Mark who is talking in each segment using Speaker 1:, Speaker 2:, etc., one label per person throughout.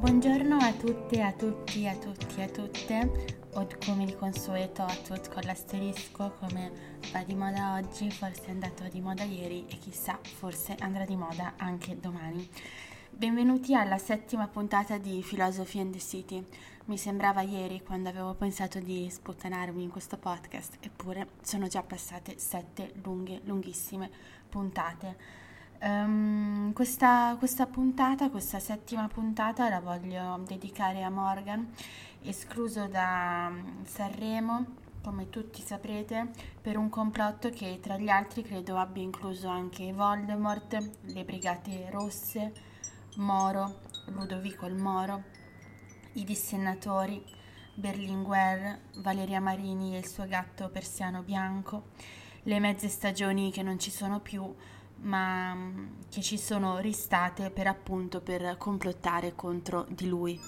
Speaker 1: Buongiorno a tutte, a tutti, a tutti, a tutte, o come di consueto a tutti con l'asterisco, come va di moda oggi, forse è andato di moda ieri e chissà, forse andrà di moda anche domani. Benvenuti alla 7ª puntata di Philosophy and the City. Mi sembrava ieri quando avevo pensato di sputtanarmi in questo podcast, eppure sono già passate 7 lunghissime puntate. Questa 7ª puntata la voglio dedicare a Morgan, escluso da Sanremo, come tutti saprete, per un complotto che tra gli altri credo abbia incluso anche Voldemort, le Brigate Rosse, Moro, Ludovico il Moro, i dissennatori, Berlinguer, Valeria Marini e il suo gatto persiano bianco, le mezze stagioni che non ci sono più, ma che ci sono ristate per appunto per complottare contro di lui.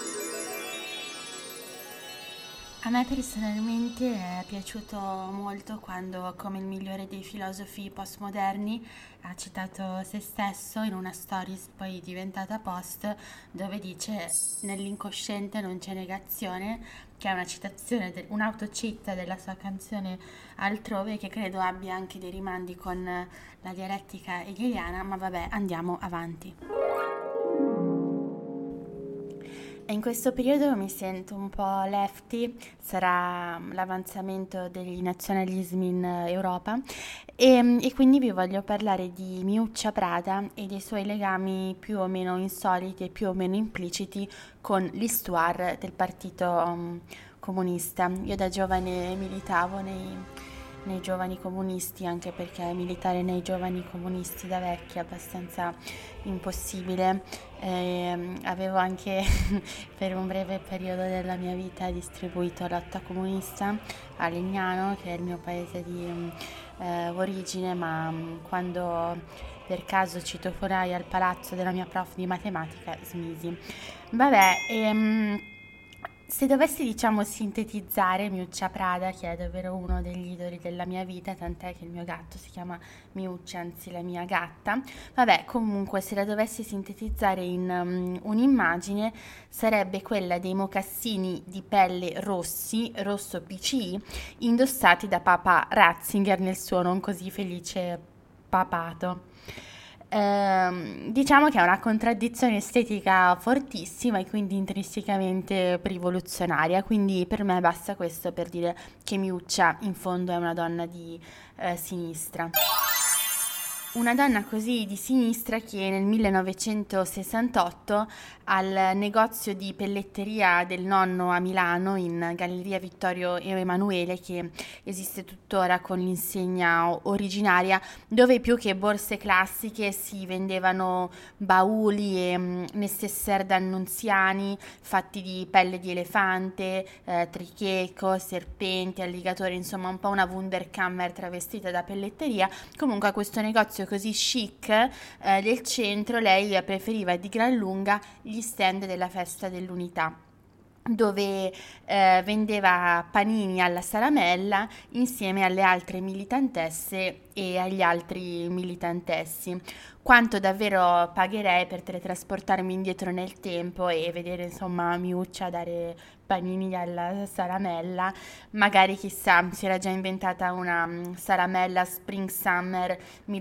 Speaker 1: A me personalmente è piaciuto molto quando, come il migliore dei filosofi postmoderni, ha citato se stesso in una stories poi diventata post, dove dice nell'incosciente non c'è negazione, che è una citazione, un'autocheat della sua canzone Altrove, che credo abbia anche dei rimandi con la dialettica hegeliana, ma vabbè, andiamo avanti. In questo periodo mi sento un po' lefty, sarà l'avanzamento degli nazionalismi in Europa e quindi vi voglio parlare di Miuccia Prada e dei suoi legami più o meno insoliti e più o meno impliciti con l'histoire del partito comunista. Io da giovane militavo nei giovani comunisti, anche perché militare nei giovani comunisti da vecchia è abbastanza impossibile. Avevo anche per un breve periodo della mia vita distribuito Lotta Comunista a Legnano, che è il mio paese di origine, ma quando per caso citofonai al palazzo della mia prof di matematica smisi. Vabbè, se dovessi sintetizzare Miuccia Prada, che è davvero uno degli idoli della mia vita, tant'è che il mio gatto si chiama Miuccia, anzi la mia gatta, vabbè, comunque se la dovessi sintetizzare in un'immagine sarebbe quella dei mocassini di pelle rossi, rosso PCI, indossati da Papa Ratzinger nel suo non così felice papato. Diciamo che è una contraddizione estetica fortissima e quindi intrinsecamente rivoluzionaria, quindi per me basta questo per dire che Miuccia in fondo è una donna di sinistra. Una donna così di sinistra che nel 1968 al negozio di pelletteria del nonno a Milano, in Galleria Vittorio Emanuele, che esiste tuttora con l'insegna originaria, dove più che borse classiche si vendevano bauli e nécessaire d'annunziani fatti di pelle di elefante, tricheco, serpenti, alligatori, insomma un po' una Wunderkammer travestita da pelletteria. Comunque a questo negozio così chic del centro lei preferiva di gran lunga gli stand della festa dell'unità, dove vendeva panini alla salamella insieme alle altre militantesse e agli altri militantessi. Quanto davvero pagherei per teletrasportarmi indietro nel tempo e vedere insomma Miuccia dare panini alla salamella. Magari chissà, si era già inventata una salamella Spring Summer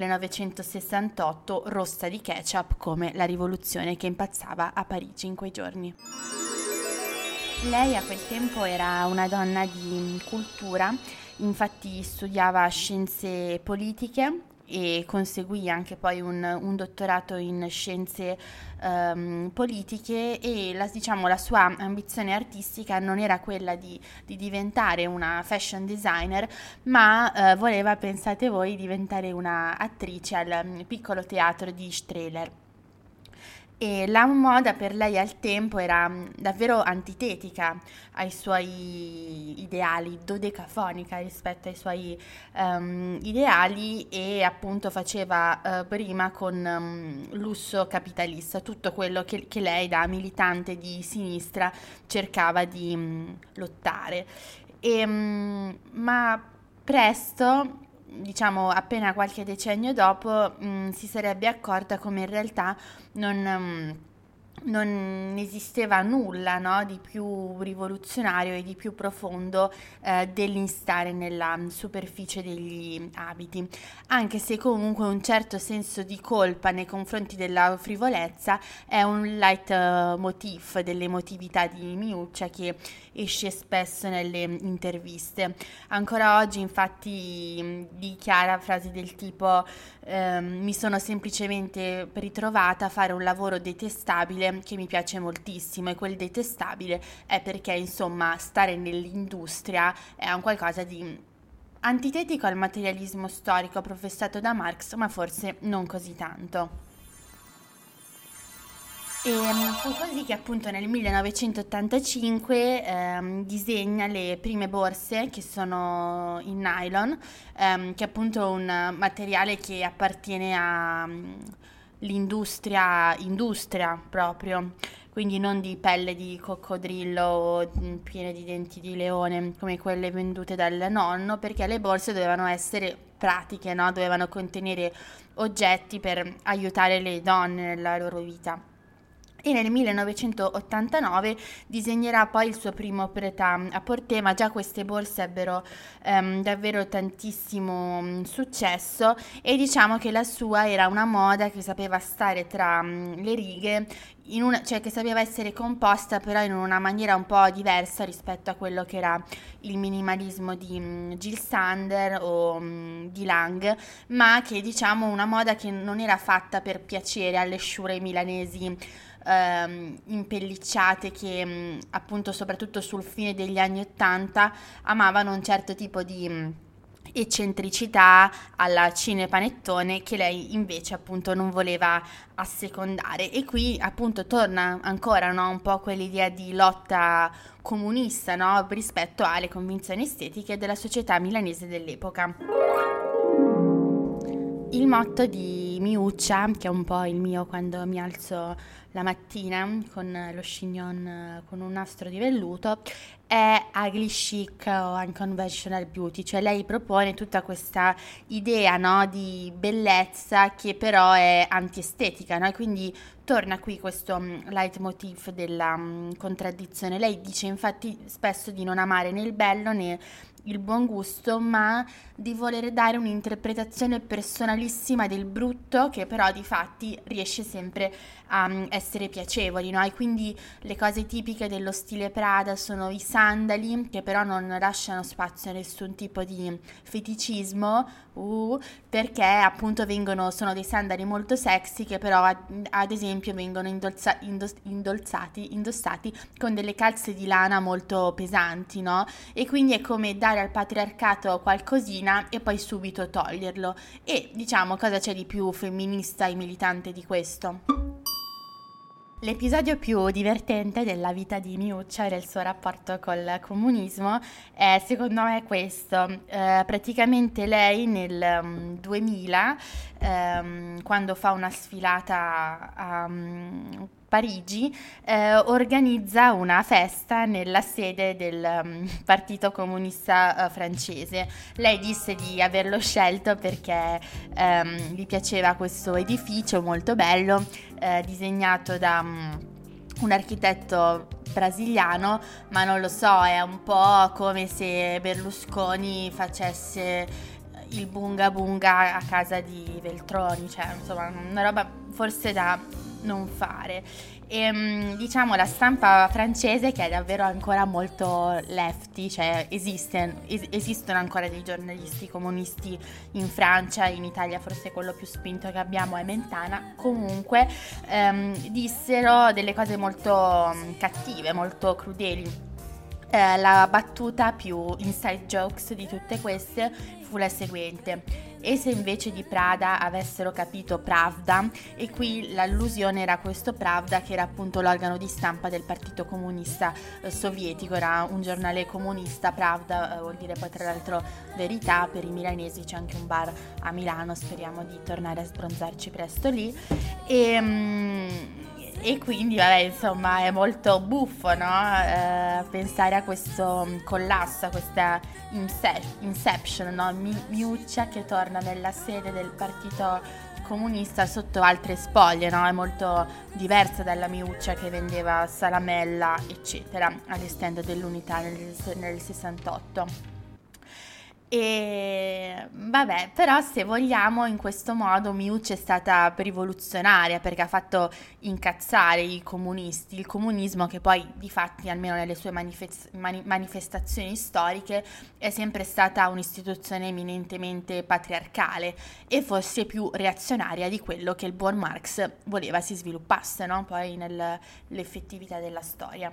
Speaker 1: 1968 rossa di ketchup, come la rivoluzione che impazzava a Parigi in quei giorni. Lei a quel tempo era una donna di cultura, infatti studiava scienze politiche e conseguì anche poi un dottorato in scienze politiche e la sua ambizione artistica non era quella di diventare una fashion designer, ma voleva, pensate voi, diventare una attrice al piccolo teatro di Strehler. E la moda per lei al tempo era davvero antitetica ai suoi ideali, dodecafonica rispetto ai suoi ideali, e appunto faceva prima con lusso capitalista tutto quello che lei da militante di sinistra cercava di lottare. Ma presto, diciamo appena qualche decennio dopo, si sarebbe accorta come in realtà non esisteva nulla, no, di più rivoluzionario e di più profondo dell'instare nella superficie degli abiti, anche se comunque un certo senso di colpa nei confronti della frivolezza è un leitmotiv dell'emotività di Miuccia, che esce spesso nelle interviste. Ancora oggi infatti dichiara frasi del tipo mi sono semplicemente ritrovata a fare un lavoro detestabile che mi piace moltissimo, e quel detestabile è perché insomma stare nell'industria è un qualcosa di antitetico al materialismo storico professato da Marx, ma forse non così tanto. E fu così che appunto nel 1985 disegna le prime borse, che sono in nylon, che è appunto un materiale che appartiene industria proprio, quindi non di pelle di coccodrillo o piene di denti di leone come quelle vendute dal nonno, perché le borse dovevano essere pratiche, no? Dovevano contenere oggetti per aiutare le donne nella loro vita. E nel 1989 disegnerà poi il suo primo prêt-à-porter, ma già queste borse ebbero davvero tantissimo successo, e diciamo che la sua era una moda che sapeva stare tra le righe, cioè che sapeva essere composta però in una maniera un po' diversa rispetto a quello che era il minimalismo di Jill Sander o di Lang, ma che diciamo una moda che non era fatta per piacere alle sciure milanesi impellicciate che appunto soprattutto sul fine degli anni '80 amavano un certo tipo di eccentricità alla cinepanettone, che lei invece appunto non voleva assecondare. E qui appunto torna ancora, no, un po' quell'idea di lotta comunista, no, rispetto alle convinzioni estetiche della società milanese dell'epoca. Il motto di Miuccia, che è un po' il mio quando mi alzo la mattina con lo chignon con un nastro di velluto, è ugly chic o unconventional beauty, cioè lei propone tutta questa idea, no, di bellezza che però è antiestetica, no? E quindi torna qui questo leitmotiv della contraddizione. Lei dice infatti spesso di non amare né il bello né il buon gusto, ma di voler dare un'interpretazione personalissima del brutto, che però di fatti riesce sempre a essere piacevoli, no? E quindi le cose tipiche dello stile Prada sono i sandali, che però non lasciano spazio a nessun tipo di feticismo, perché appunto sono dei sandali molto sexy, che però ad esempio vengono indossati con delle calze di lana molto pesanti, no? E quindi è come dare al patriarcato qualcosina e poi subito toglierlo. E diciamo, cosa c'è di più femminista e militante di questo? L'episodio più divertente della vita di Miuccia e del suo rapporto col comunismo è secondo me questo. Praticamente lei nel 2000, quando fa una sfilata a Parigi, organizza una festa nella sede del Partito Comunista francese. Lei disse di averlo scelto perché gli piaceva questo edificio molto bello, disegnato da un architetto brasiliano, ma non lo so, è un po' come se Berlusconi facesse il bunga bunga a casa di Veltroni, cioè insomma una roba forse da non fare. E diciamo la stampa francese, che è davvero ancora molto lefty, cioè esistono ancora dei giornalisti comunisti in Francia, in Italia forse quello più spinto che abbiamo è Mentana, comunque dissero delle cose molto cattive, molto crudeli. La battuta più inside jokes di tutte queste fu la seguente: e se invece di Prada avessero capito Pravda? E qui l'allusione era questo Pravda, che era appunto l'organo di stampa del Partito Comunista Sovietico, era un giornale comunista. Pravda vuol dire poi tra l'altro verità per i milanesi, c'è anche un bar a Milano, speriamo di tornare a sbronzarci presto lì. E quindi, vabbè, insomma, è molto buffo, no? Pensare a questo collasso, a questa inception, no? Miuccia che torna nella sede del partito comunista sotto altre spoglie, no? È molto diversa dalla Miuccia che vendeva salamella, eccetera, agli stand dell'Unità nel 68. E vabbè, però se vogliamo in questo modo Miuccia è stata rivoluzionaria perché ha fatto incazzare i comunisti, il comunismo che poi di fatti almeno nelle sue manifestazioni storiche è sempre stata un'istituzione eminentemente patriarcale e forse più reazionaria di quello che il buon Marx voleva si sviluppasse, no? Poi nell'effettività della storia.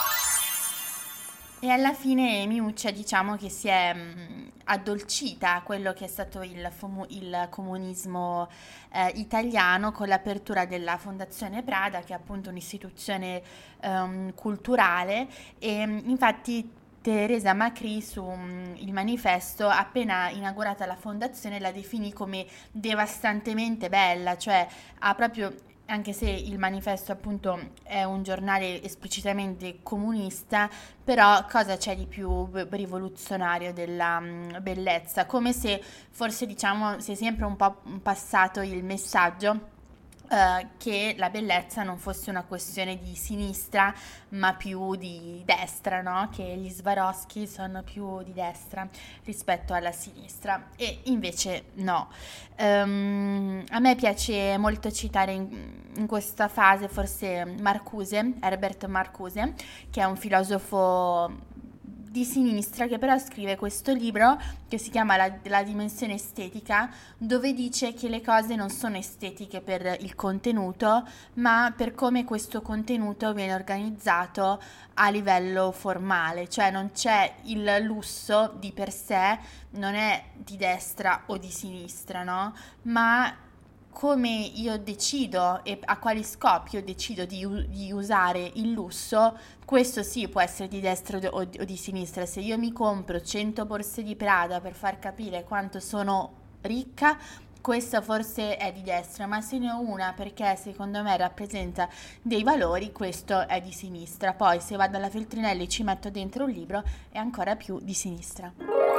Speaker 1: E alla fine Miuccia diciamo che si è addolcita a quello che è stato il comunismo italiano con l'apertura della Fondazione Prada, che è appunto un'istituzione culturale e infatti Teresa Macri su il manifesto, appena inaugurata la fondazione, la definì come devastantemente bella, cioè ha proprio anche se il manifesto appunto è un giornale esplicitamente comunista, però cosa c'è di più rivoluzionario della bellezza? Come se forse diciamo si è sempre un po' passato il messaggio che la bellezza non fosse una questione di sinistra ma più di destra, no? Che gli Swarovski sono più di destra rispetto alla sinistra e invece no. A me piace molto citare in questa fase forse Marcuse, Herbert Marcuse, che è un filosofo di sinistra che però scrive questo libro che si chiama La dimensione estetica, dove dice che le cose non sono estetiche per il contenuto, ma per come questo contenuto viene organizzato a livello formale, cioè non c'è il lusso di per sé, non è di destra o di sinistra, no? Ma come io decido e a quali scopi io decido di usare il lusso, questo sì può essere di destra o di sinistra. Se io mi compro 100 borse di Prada per far capire quanto sono ricca, questa forse è di destra, ma se ne ho una perché secondo me rappresenta dei valori, questo è di sinistra. Poi se vado alla Feltrinelli e ci metto dentro un libro, è ancora più di sinistra.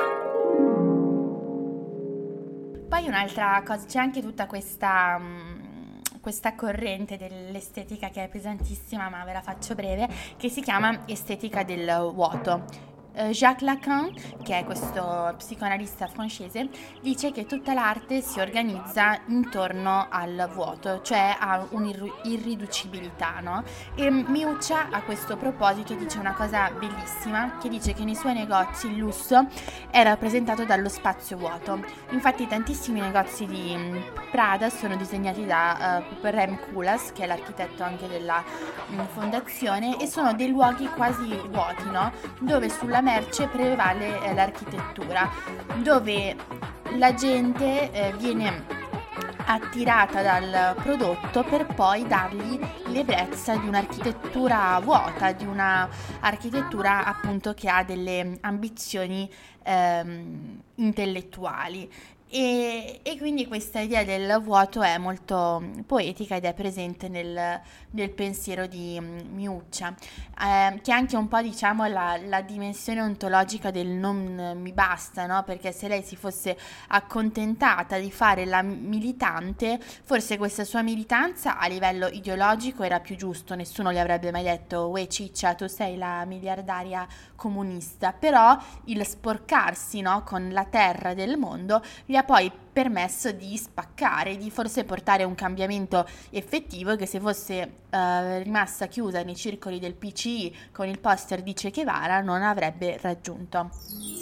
Speaker 1: Poi un'altra cosa, c'è anche tutta questa corrente dell'estetica che è pesantissima, ma ve la faccio breve, che si chiama estetica del vuoto. Jacques Lacan, che è questo psicoanalista francese, dice che tutta l'arte si organizza intorno al vuoto, cioè a un'irriducibilità, no? E Miuccia a questo proposito dice una cosa bellissima, che dice che nei suoi negozi il lusso è rappresentato dallo spazio vuoto. Infatti tantissimi negozi di Prada sono disegnati da Rem Koolhaas, che è l'architetto anche della fondazione, e sono dei luoghi quasi vuoti, no? Dove sulla merce prevale l'architettura, dove la gente viene attirata dal prodotto per poi dargli l'ebbrezza di un'architettura vuota, di una architettura appunto che ha delle ambizioni intellettuali. E quindi questa idea del vuoto è molto poetica ed è presente nel pensiero di Miuccia, che è anche un po' diciamo la dimensione ontologica del non mi basta, no? Perché se lei si fosse accontentata di fare la militante, forse questa sua militanza a livello ideologico era più giusto, nessuno le avrebbe mai detto uè ciccia tu sei la miliardaria comunista, però il sporcarsi, no, con la terra del mondo gli ha poi permesso di spaccare, di forse portare un cambiamento effettivo che se fosse rimasta chiusa nei circoli del PCI con il poster di Che Guevara non avrebbe raggiunto.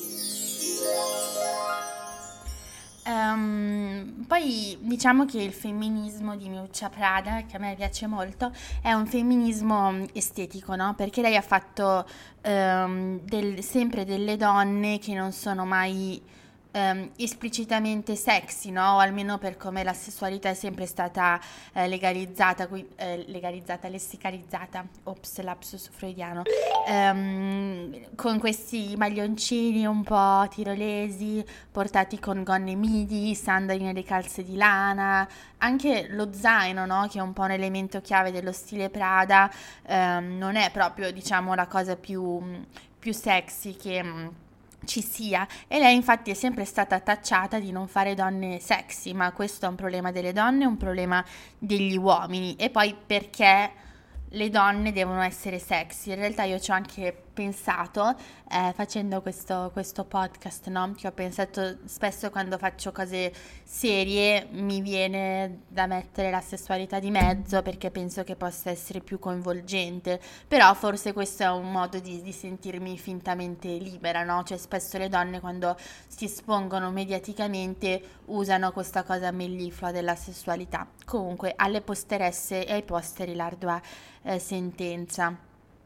Speaker 1: Poi diciamo che il femminismo di Miuccia Prada, che a me piace molto, è un femminismo estetico, no? Perché lei ha fatto sempre delle donne che non sono mai esplicitamente sexy, no? O almeno per come la sessualità è sempre stata legalizzata, lessicalizzata, ops, lapsus freudiano, con questi maglioncini un po' tirolesi, portati con gonne midi, sandali nelle calze di lana, anche lo zaino, no? Che è un po' un elemento chiave dello stile Prada, non è proprio, diciamo, la cosa più sexy che ci sia, e lei infatti è sempre stata tacciata di non fare donne sexy, ma questo è un problema delle donne, un problema degli uomini. E poi perché le donne devono essere sexy? In realtà io ci ho anche pensato facendo questo podcast, no? Che ho pensato spesso, quando faccio cose serie mi viene da mettere la sessualità di mezzo, perché penso che possa essere più coinvolgente, però forse questo è un modo di sentirmi fintamente libera, no? Cioè spesso le donne, quando si espongono mediaticamente, usano questa cosa melliflua della sessualità. Comunque, alle posteresse e ai posteri l'ardua sentenza.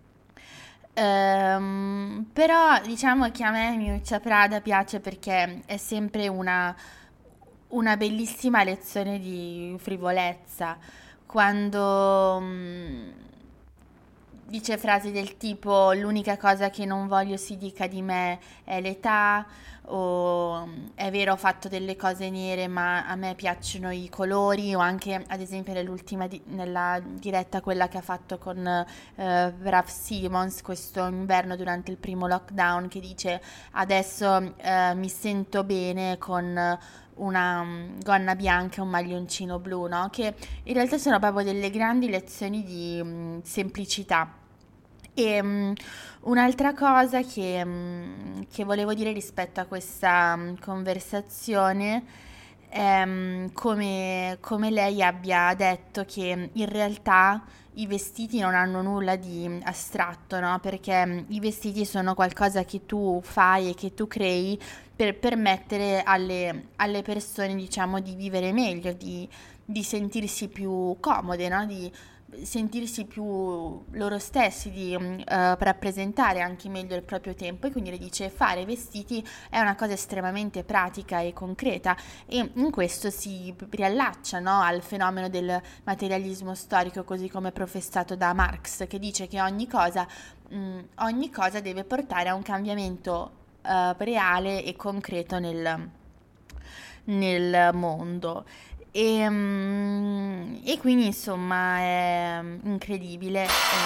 Speaker 1: Però diciamo che a me Miuccia Prada piace perché è sempre una bellissima lezione di frivolezza, quando dice frasi del tipo: l'unica cosa che non voglio si dica di me è l'età, o è vero, ho fatto delle cose nere ma a me piacciono i colori, o anche ad esempio nella diretta, quella che ha fatto con Raf Simons questo inverno durante il primo lockdown, che dice: adesso mi sento bene con una gonna bianca e un maglioncino blu, no? Che in realtà sono proprio delle grandi lezioni di semplicità. E un'altra cosa che volevo dire rispetto a questa conversazione è come lei abbia detto che in realtà i vestiti non hanno nulla di astratto, no? Perché i vestiti sono qualcosa che tu fai e che tu crei per permettere alle persone, diciamo, di vivere meglio, di sentirsi più comode, no? Di sentirsi più loro stessi, di rappresentare anche meglio il proprio tempo. E quindi le dice: fare vestiti è una cosa estremamente pratica e concreta, e in questo si riallaccia, no, al fenomeno del materialismo storico, così come professato da Marx, che dice che ogni cosa deve portare a un cambiamento reale e concreto nel mondo. E quindi insomma è incredibile.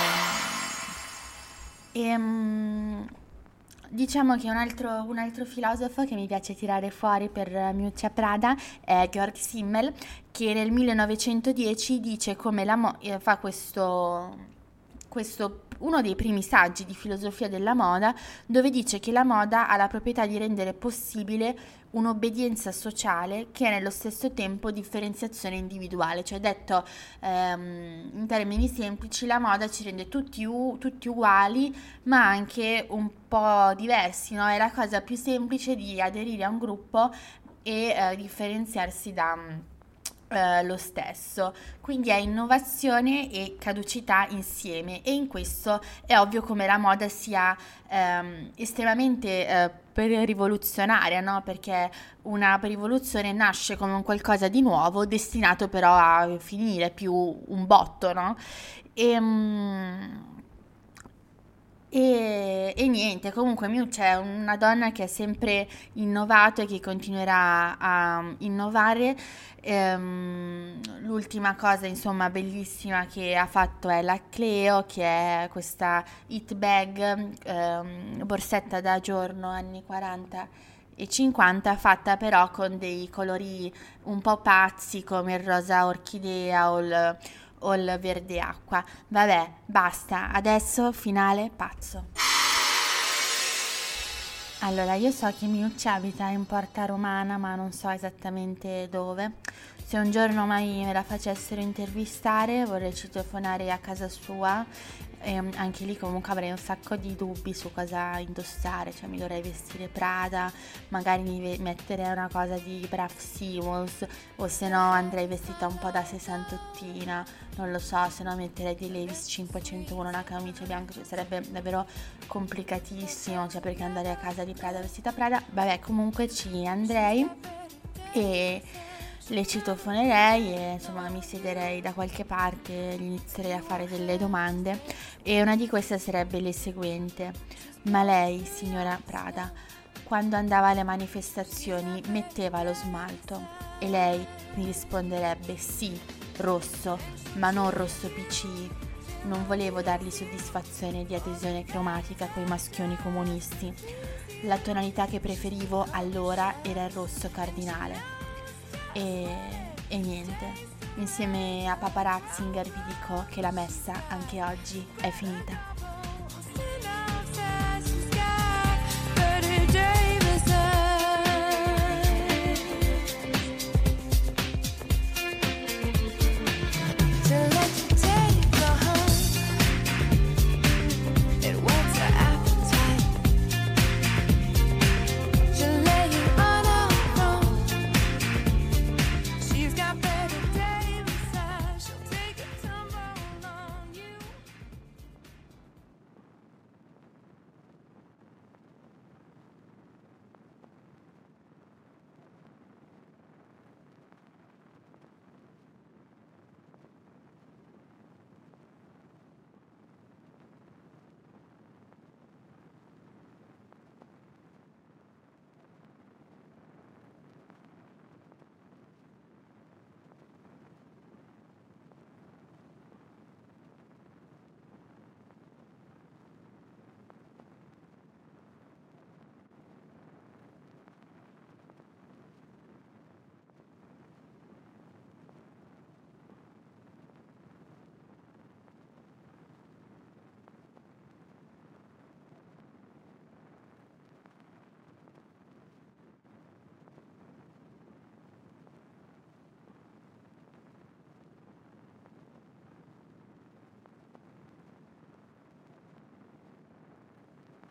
Speaker 1: Diciamo che un altro filosofo che mi piace tirare fuori per Miuccia Prada è Georg Simmel, che nel 1910 dice come fa questo uno dei primi saggi di filosofia della moda, dove dice che la moda ha la proprietà di rendere possibile un'obbedienza sociale che è nello stesso tempo differenziazione individuale. Cioè, detto in termini semplici, la moda ci rende tutti uguali, ma anche un po' diversi, no? È la cosa più semplice di aderire a un gruppo e differenziarsi da lo stesso. Quindi è innovazione e caducità insieme, e in questo è ovvio come la moda sia estremamente rivoluzionaria, no? Perché una rivoluzione nasce come un qualcosa di nuovo, destinato però a finire più un botto, no? E, e niente, comunque Miuccia è una donna che ha sempre innovato e che continuerà a innovare. L'ultima cosa, insomma, bellissima che ha fatto è la Cleo, che è questa it bag, borsetta da giorno anni 40 e 50, fatta però con dei colori un po' pazzi, come il rosa orchidea o il verde acqua. Vabbè, basta, adesso finale pazzo. Allora, io so che Miuccia abita in Porta Romana, ma non so esattamente dove. Se un giorno mai me la facessero intervistare, vorrei citofonare a casa sua. E anche lì comunque avrei un sacco di dubbi su cosa indossare, cioè mi dovrei vestire Prada, magari mettere una cosa di Braf Simons, o se no andrei vestita un po' da sessantottina, non lo so, se no metterei dei Levi's 501, una camicia bianca, cioè sarebbe davvero complicatissimo, cioè perché andare a casa di Prada vestita Prada. Vabbè, comunque ci andrei e le citofonerei e insomma mi siederei da qualche parte, gli inizierei a fare delle domande e una di queste sarebbe le seguente: ma lei, signora Prada, quando andava alle manifestazioni metteva lo smalto? E lei mi risponderebbe sì, rosso, ma non rosso PCI. Non volevo dargli soddisfazione di adesione cromatica coi maschioni comunisti. La tonalità che preferivo allora era il rosso cardinale. E niente, insieme a Papa Ratzinger vi dico che la messa anche oggi è finita.